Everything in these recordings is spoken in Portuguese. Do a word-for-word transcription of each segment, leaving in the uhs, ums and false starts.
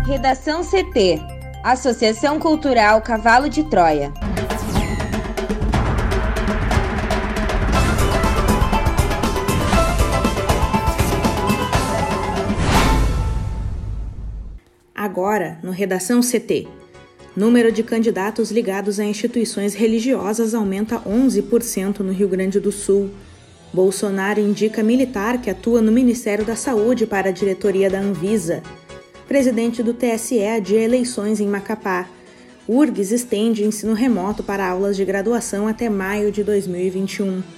Redação C T, Associação Cultural Cavalo de Troia. Agora, no Redação C T. Número de candidatos ligados a instituições religiosas aumenta onze por cento no Rio Grande do Sul. Bolsonaro indica militar que atua no Ministério da Saúde para a diretoria da Anvisa. Presidente do T S E adia eleições em Macapá. U R G S estende ensino remoto para aulas de graduação até maio de dois mil e vinte e um.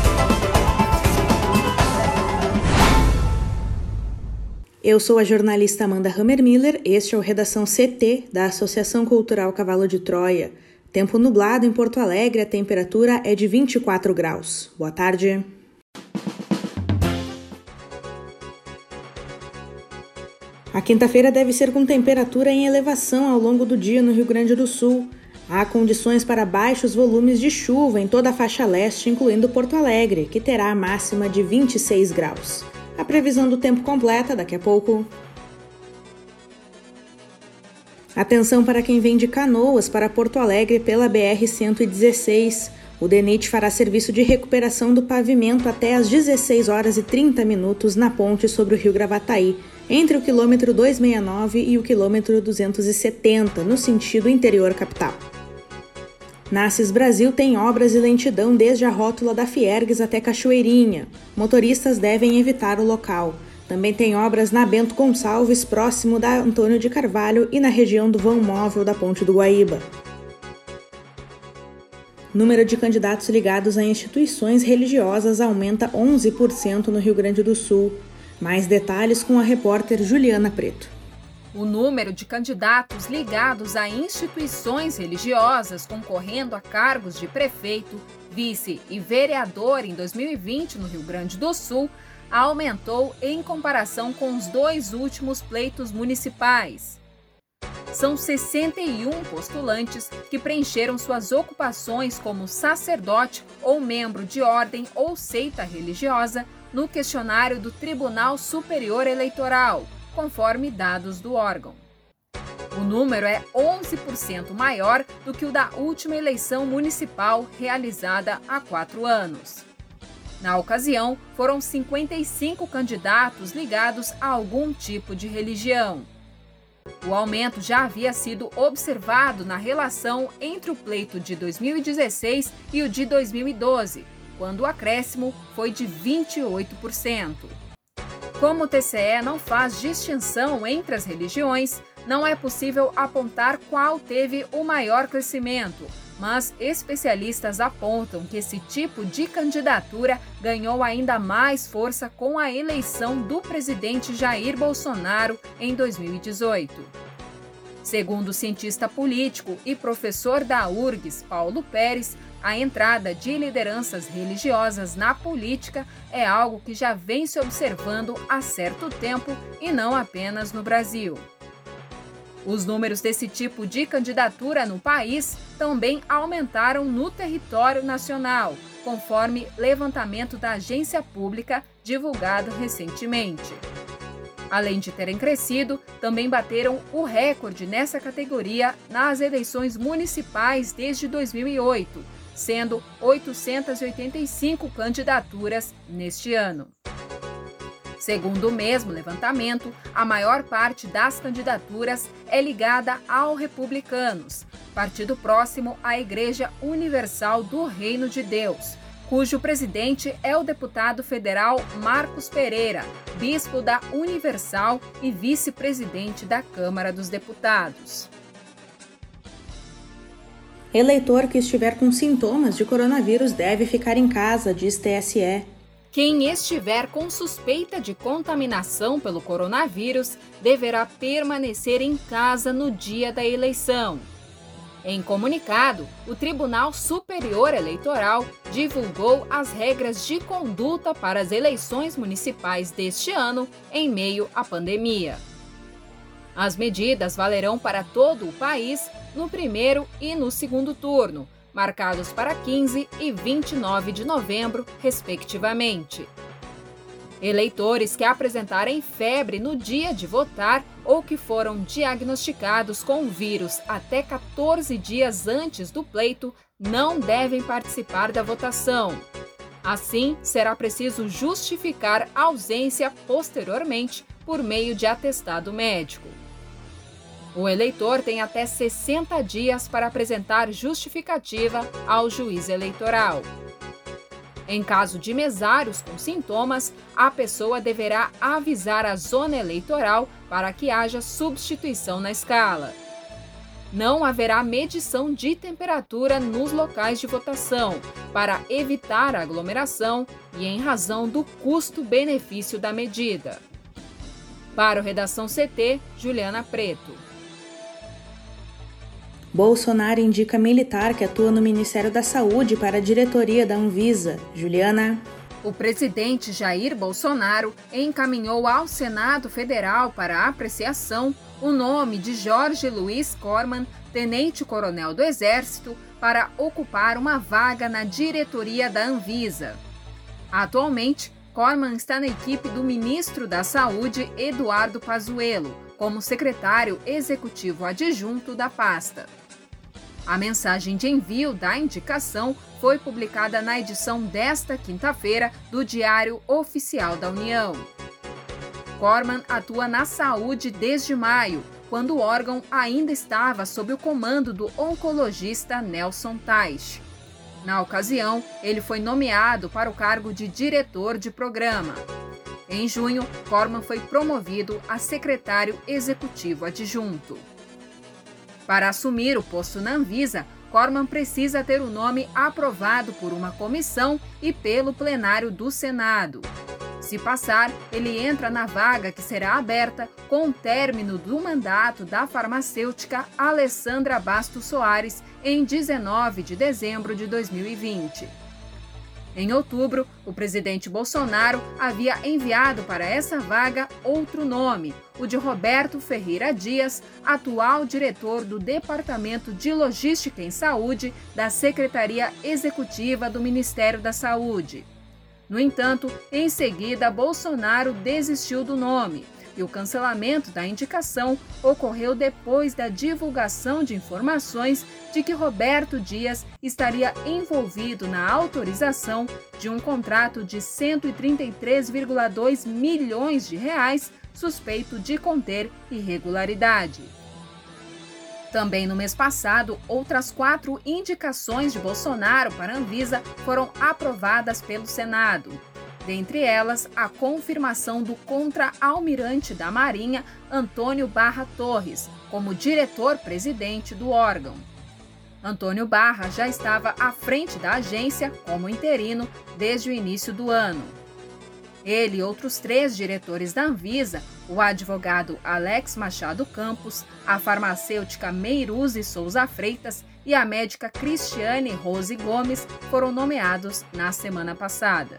Eu sou a jornalista Amanda Hammermiller, este é o Redação C T da Associação Cultural Cavalo de Troia. Tempo nublado em Porto Alegre, a temperatura é de vinte e quatro graus. Boa tarde. A quinta-feira deve ser com temperatura em elevação ao longo do dia no Rio Grande do Sul. Há condições para baixos volumes de chuva em toda a faixa leste, incluindo Porto Alegre, que terá a máxima de vinte e seis graus. A previsão do tempo completa daqui a pouco. Atenção para quem vem de Canoas para Porto Alegre pela B R cento e dezesseis. O DENIT fará serviço de recuperação do pavimento até às dezesseis horas e trinta minutos na ponte sobre o Rio Gravataí, entre o quilômetro duzentos e sessenta e nove e o quilômetro duzentos e setenta, no sentido interior capital. Nasces Brasil tem obras e lentidão desde a rótula da Fiergues até Cachoeirinha. Motoristas devem evitar o local. Também tem obras na Bento Gonçalves, próximo da Antônio de Carvalho e na região do vão móvel da Ponte do Guaíba. Número de candidatos ligados a instituições religiosas aumenta onze por cento no Rio Grande do Sul. Mais detalhes com a repórter Juliana Preto. O número de candidatos ligados a instituições religiosas concorrendo a cargos de prefeito, vice e vereador em dois mil e vinte no Rio Grande do Sul aumentou em comparação com os dois últimos pleitos municipais. São sessenta e um postulantes que preencheram suas ocupações como sacerdote ou membro de ordem ou seita religiosa no questionário do Tribunal Superior Eleitoral, conforme dados do órgão. O número é onze por cento maior do que o da última eleição municipal realizada há quatro anos. Na ocasião, foram cinquenta e cinco candidatos ligados a algum tipo de religião. O aumento já havia sido observado na relação entre o pleito de dois mil e dezesseis e o de dois mil e doze, quando o acréscimo foi de vinte e oito por cento. Como o T C E não faz distinção entre as religiões, não é possível apontar qual teve o maior crescimento, mas especialistas apontam que esse tipo de candidatura ganhou ainda mais força com a eleição do presidente Jair Bolsonaro em dois mil e dezoito. Segundo o cientista político e professor da U R G S, Paulo Pérez, a entrada de lideranças religiosas na política é algo que já vem se observando há certo tempo e não apenas no Brasil. Os números desse tipo de candidatura no país também aumentaram no território nacional, conforme levantamento da agência pública divulgado recentemente. Além de terem crescido, também bateram o recorde nessa categoria nas eleições municipais desde dois mil e oito, sendo oitocentas e oitenta e cinco candidaturas neste ano. Segundo o mesmo levantamento, a maior parte das candidaturas é ligada ao Republicanos, partido próximo à Igreja Universal do Reino de Deus, cujo presidente é o deputado federal Marcos Pereira, bispo da Universal e vice-presidente da Câmara dos Deputados. Eleitor que estiver com sintomas de coronavírus deve ficar em casa, diz T S E. Quem estiver com suspeita de contaminação pelo coronavírus deverá permanecer em casa no dia da eleição. Em comunicado, o Tribunal Superior Eleitoral divulgou as regras de conduta para as eleições municipais deste ano em meio à pandemia. As medidas valerão para todo o país no primeiro e no segundo turno, marcados para quinze e vinte e nove de novembro, respectivamente. Eleitores que apresentarem febre no dia de votar ou que foram diagnosticados com o vírus até quatorze dias antes do pleito não devem participar da votação. Assim, será preciso justificar a ausência posteriormente por meio de atestado médico. O eleitor tem até sessenta dias para apresentar justificativa ao juiz eleitoral. Em caso de mesários com sintomas, a pessoa deverá avisar a zona eleitoral para que haja substituição na escala. Não haverá medição de temperatura nos locais de votação, para evitar a aglomeração e em razão do custo-benefício da medida. Para o Redação C T, Juliana Preto. Bolsonaro indica militar que atua no Ministério da Saúde para a diretoria da Anvisa. Juliana. O presidente Jair Bolsonaro encaminhou ao Senado Federal para apreciação o nome de Jorge Luiz Corman, tenente-coronel do Exército, para ocupar uma vaga na diretoria da Anvisa. Atualmente, Corman está na equipe do ministro da Saúde, Eduardo Pazuello, como secretário executivo adjunto da pasta. A mensagem de envio da indicação foi publicada na edição desta quinta-feira do Diário Oficial da União. Corman atua na saúde desde maio, quando o órgão ainda estava sob o comando do oncologista Nelson Teich. Na ocasião, ele foi nomeado para o cargo de diretor de programa. Em junho, Corman foi promovido a secretário executivo adjunto. Para assumir o posto na Anvisa, Corman precisa ter o nome aprovado por uma comissão e pelo plenário do Senado. Se passar, ele entra na vaga que será aberta com o término do mandato da farmacêutica Alessandra Bastos Soares em dezenove de dezembro de dois mil e vinte. Em outubro, o presidente Bolsonaro havia enviado para essa vaga outro nome, o de Roberto Ferreira Dias, atual diretor do Departamento de Logística em Saúde da Secretaria Executiva do Ministério da Saúde. No entanto, em seguida, Bolsonaro desistiu do nome e o cancelamento da indicação ocorreu depois da divulgação de informações de que Roberto Dias estaria envolvido na autorização de um contrato de cento e trinta e três vírgula dois milhões de reais suspeito de conter irregularidade. Também no mês passado, outras quatro indicações de Bolsonaro para a Anvisa foram aprovadas pelo Senado. Dentre elas, a confirmação do contra-almirante da Marinha, Antônio Barra Torres, como diretor-presidente do órgão. Antônio Barra já estava à frente da agência, como interino, desde o início do ano. Ele e outros três diretores da Anvisa, o advogado Alex Machado Campos, a farmacêutica Meiruze Souza Freitas e a médica Cristiane Rose Gomes, foram nomeados na semana passada.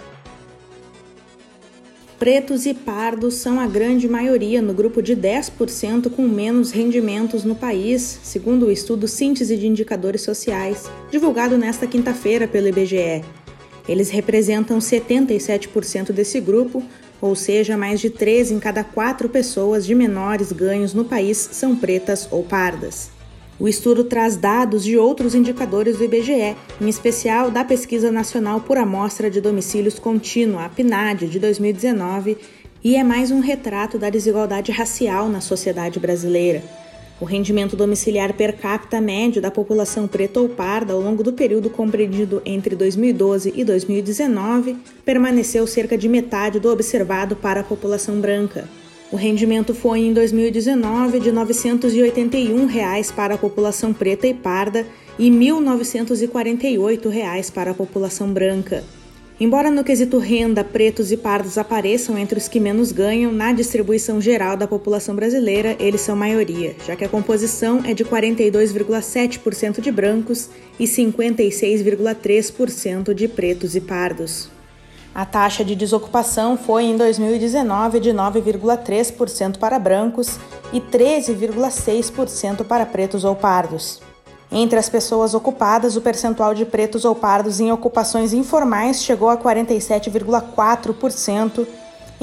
Pretos e pardos são a grande maioria no grupo de dez por cento com menos rendimentos no país, segundo o estudo Síntese de Indicadores Sociais, divulgado nesta quinta-feira pelo I B G E. Eles representam setenta e sete por cento desse grupo, ou seja, mais de três em cada quatro pessoas de menores ganhos no país são pretas ou pardas. O estudo traz dados de outros indicadores do I B G E, em especial da Pesquisa Nacional por Amostra de Domicílios Contínua, a P N A D, de dois mil e dezenove, e é mais um retrato da desigualdade racial na sociedade brasileira. O rendimento domiciliar per capita médio da população preta ou parda ao longo do período compreendido entre dois mil e doze e dois mil e dezenove permaneceu cerca de metade do observado para a população branca. O rendimento foi, em dois mil e dezenove, de novecentos e oitenta e um reais para a população preta e parda e mil novecentos e quarenta e oito reais para a população branca. Embora no quesito renda, pretos e pardos apareçam entre os que menos ganham, na distribuição geral da população brasileira, eles são maioria, já que a composição é de quarenta e dois vírgula sete por cento de brancos e cinquenta e seis vírgula três por cento de pretos e pardos. A taxa de desocupação foi, em dois mil e dezenove, de nove vírgula três por cento para brancos e treze vírgula seis por cento para pretos ou pardos. Entre as pessoas ocupadas, o percentual de pretos ou pardos em ocupações informais chegou a quarenta e sete vírgula quatro por cento,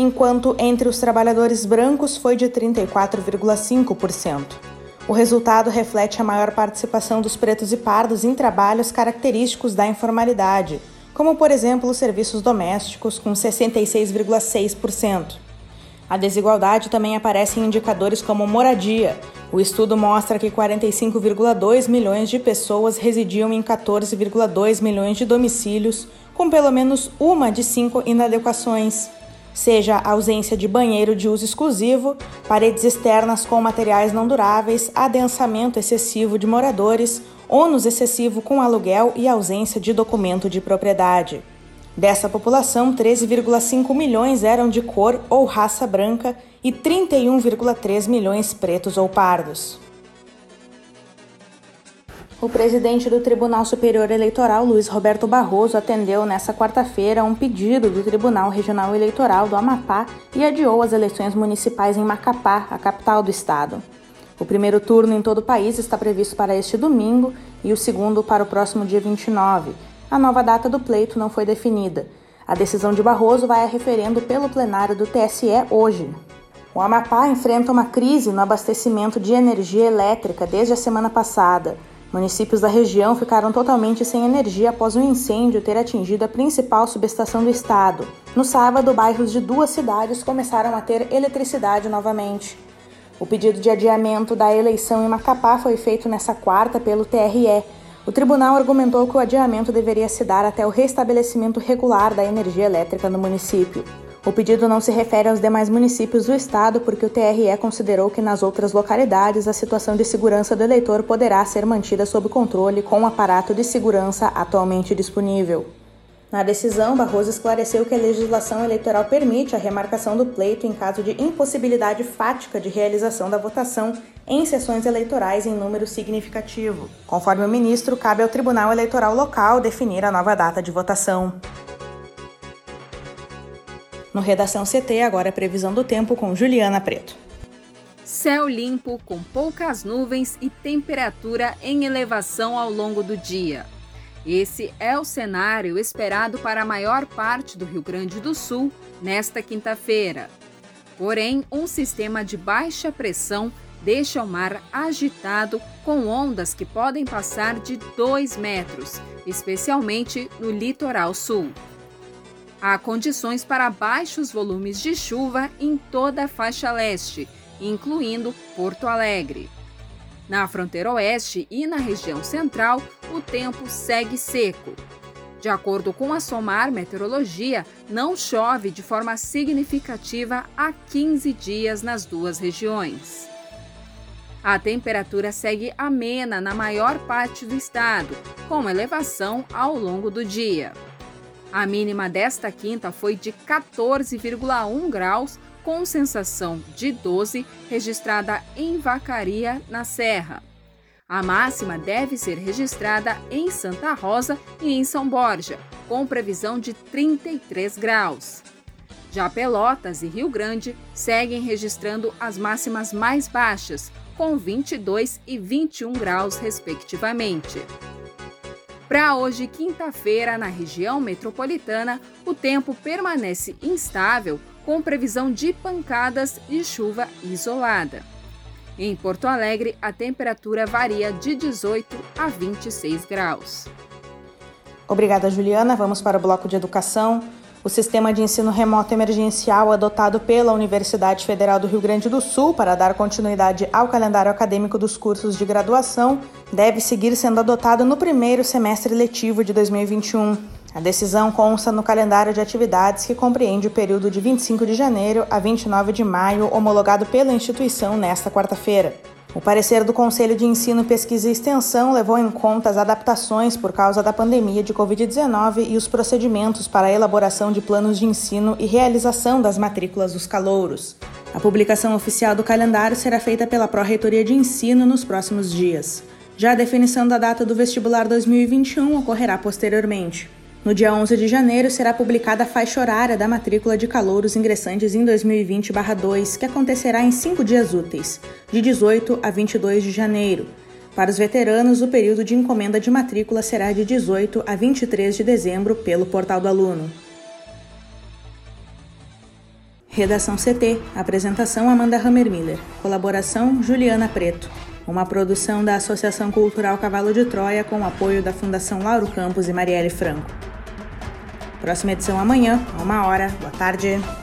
enquanto entre os trabalhadores brancos foi de trinta e quatro vírgula cinco por cento. O resultado reflete a maior participação dos pretos e pardos em trabalhos característicos da informalidade, como, por exemplo, os serviços domésticos, com sessenta e seis vírgula seis por cento. A desigualdade também aparece em indicadores como moradia. O estudo mostra que quarenta e cinco vírgula dois milhões de pessoas residiam em quatorze vírgula dois milhões de domicílios, com pelo menos uma de cinco inadequações, seja a ausência de banheiro de uso exclusivo, paredes externas com materiais não duráveis, adensamento excessivo de moradores, ônus excessivo com aluguel e ausência de documento de propriedade. Dessa população, treze vírgula cinco milhões eram de cor ou raça branca e trinta e um vírgula três milhões pretos ou pardos. O presidente do Tribunal Superior Eleitoral, Luiz Roberto Barroso, atendeu nesta quarta-feira um pedido do Tribunal Regional Eleitoral do Amapá e adiou as eleições municipais em Macapá, a capital do estado. O primeiro turno em todo o país está previsto para este domingo e o segundo para o próximo dia vinte e nove. A nova data do pleito não foi definida. A decisão de Barroso vai a referendo pelo plenário do T S E hoje. O Amapá enfrenta uma crise no abastecimento de energia elétrica desde a semana passada. Municípios da região ficaram totalmente sem energia após um incêndio ter atingido a principal subestação do estado. No sábado, bairros de duas cidades começaram a ter eletricidade novamente. O pedido de adiamento da eleição em Macapá foi feito nesta quarta pelo T R E. O tribunal argumentou que o adiamento deveria se dar até o restabelecimento regular da energia elétrica no município. O pedido não se refere aos demais municípios do estado porque o T R E considerou que nas outras localidades a situação de segurança do eleitor poderá ser mantida sob controle com o aparato de segurança atualmente disponível. Na decisão, Barroso esclareceu que a legislação eleitoral permite a remarcação do pleito em caso de impossibilidade fática de realização da votação em sessões eleitorais em número significativo. Conforme o ministro, cabe ao Tribunal Eleitoral local definir a nova data de votação. No Redação C T, agora a previsão do tempo com Juliana Preto. Céu limpo, com poucas nuvens e temperatura em elevação ao longo do dia. Esse é o cenário esperado para a maior parte do Rio Grande do Sul nesta quinta-feira. Porém, um sistema de baixa pressão deixa o mar agitado com ondas que podem passar de dois metros, especialmente no litoral sul. Há condições para baixos volumes de chuva em toda a faixa leste, incluindo Porto Alegre. Na fronteira oeste e na região central, o tempo segue seco. De acordo com a SOMAR Meteorologia, não chove de forma significativa há quinze dias nas duas regiões. A temperatura segue amena na maior parte do estado, com elevação ao longo do dia. A mínima desta quinta foi de quatorze vírgula um graus, com sensação de doze, registrada em Vacaria, na Serra. A máxima deve ser registrada em Santa Rosa e em São Borja, com previsão de trinta e três graus. Já Pelotas e Rio Grande seguem registrando as máximas mais baixas, com vinte e dois e vinte e um graus, respectivamente. Para hoje, quinta-feira, na região metropolitana, o tempo permanece instável, com previsão de pancadas e chuva isolada. Em Porto Alegre, a temperatura varia de dezoito a vinte e seis graus. Obrigada, Juliana. Vamos para o bloco de educação. O sistema de ensino remoto emergencial adotado pela Universidade Federal do Rio Grande do Sul para dar continuidade ao calendário acadêmico dos cursos de graduação deve seguir sendo adotado no primeiro semestre letivo de dois mil e vinte e um. A decisão consta no calendário de atividades que compreende o período de vinte e cinco de janeiro a vinte e nove de maio, homologado pela instituição nesta quarta-feira. O parecer do Conselho de Ensino, Pesquisa e Extensão levou em conta as adaptações por causa da pandemia de covid dezenove e os procedimentos para a elaboração de planos de ensino e realização das matrículas dos calouros. A publicação oficial do calendário será feita pela Pró-Reitoria de Ensino nos próximos dias. Já a definição da data do vestibular dois mil e vinte e um ocorrerá posteriormente. No dia onze de janeiro, será publicada a faixa horária da matrícula de calouros ingressantes em dois mil e vinte barra dois, que acontecerá em cinco dias úteis, de dezoito a vinte e dois de janeiro. Para os veteranos, o período de encomenda de matrícula será de dezoito a vinte e três de dezembro pelo Portal do Aluno. Redação C T, apresentação Amanda Hammermiller, colaboração Juliana Preto. Uma produção da Associação Cultural Cavalo de Troia com o apoio da Fundação Lauro Campos e Marielle Franco. Próxima edição amanhã, a uma hora. Boa tarde.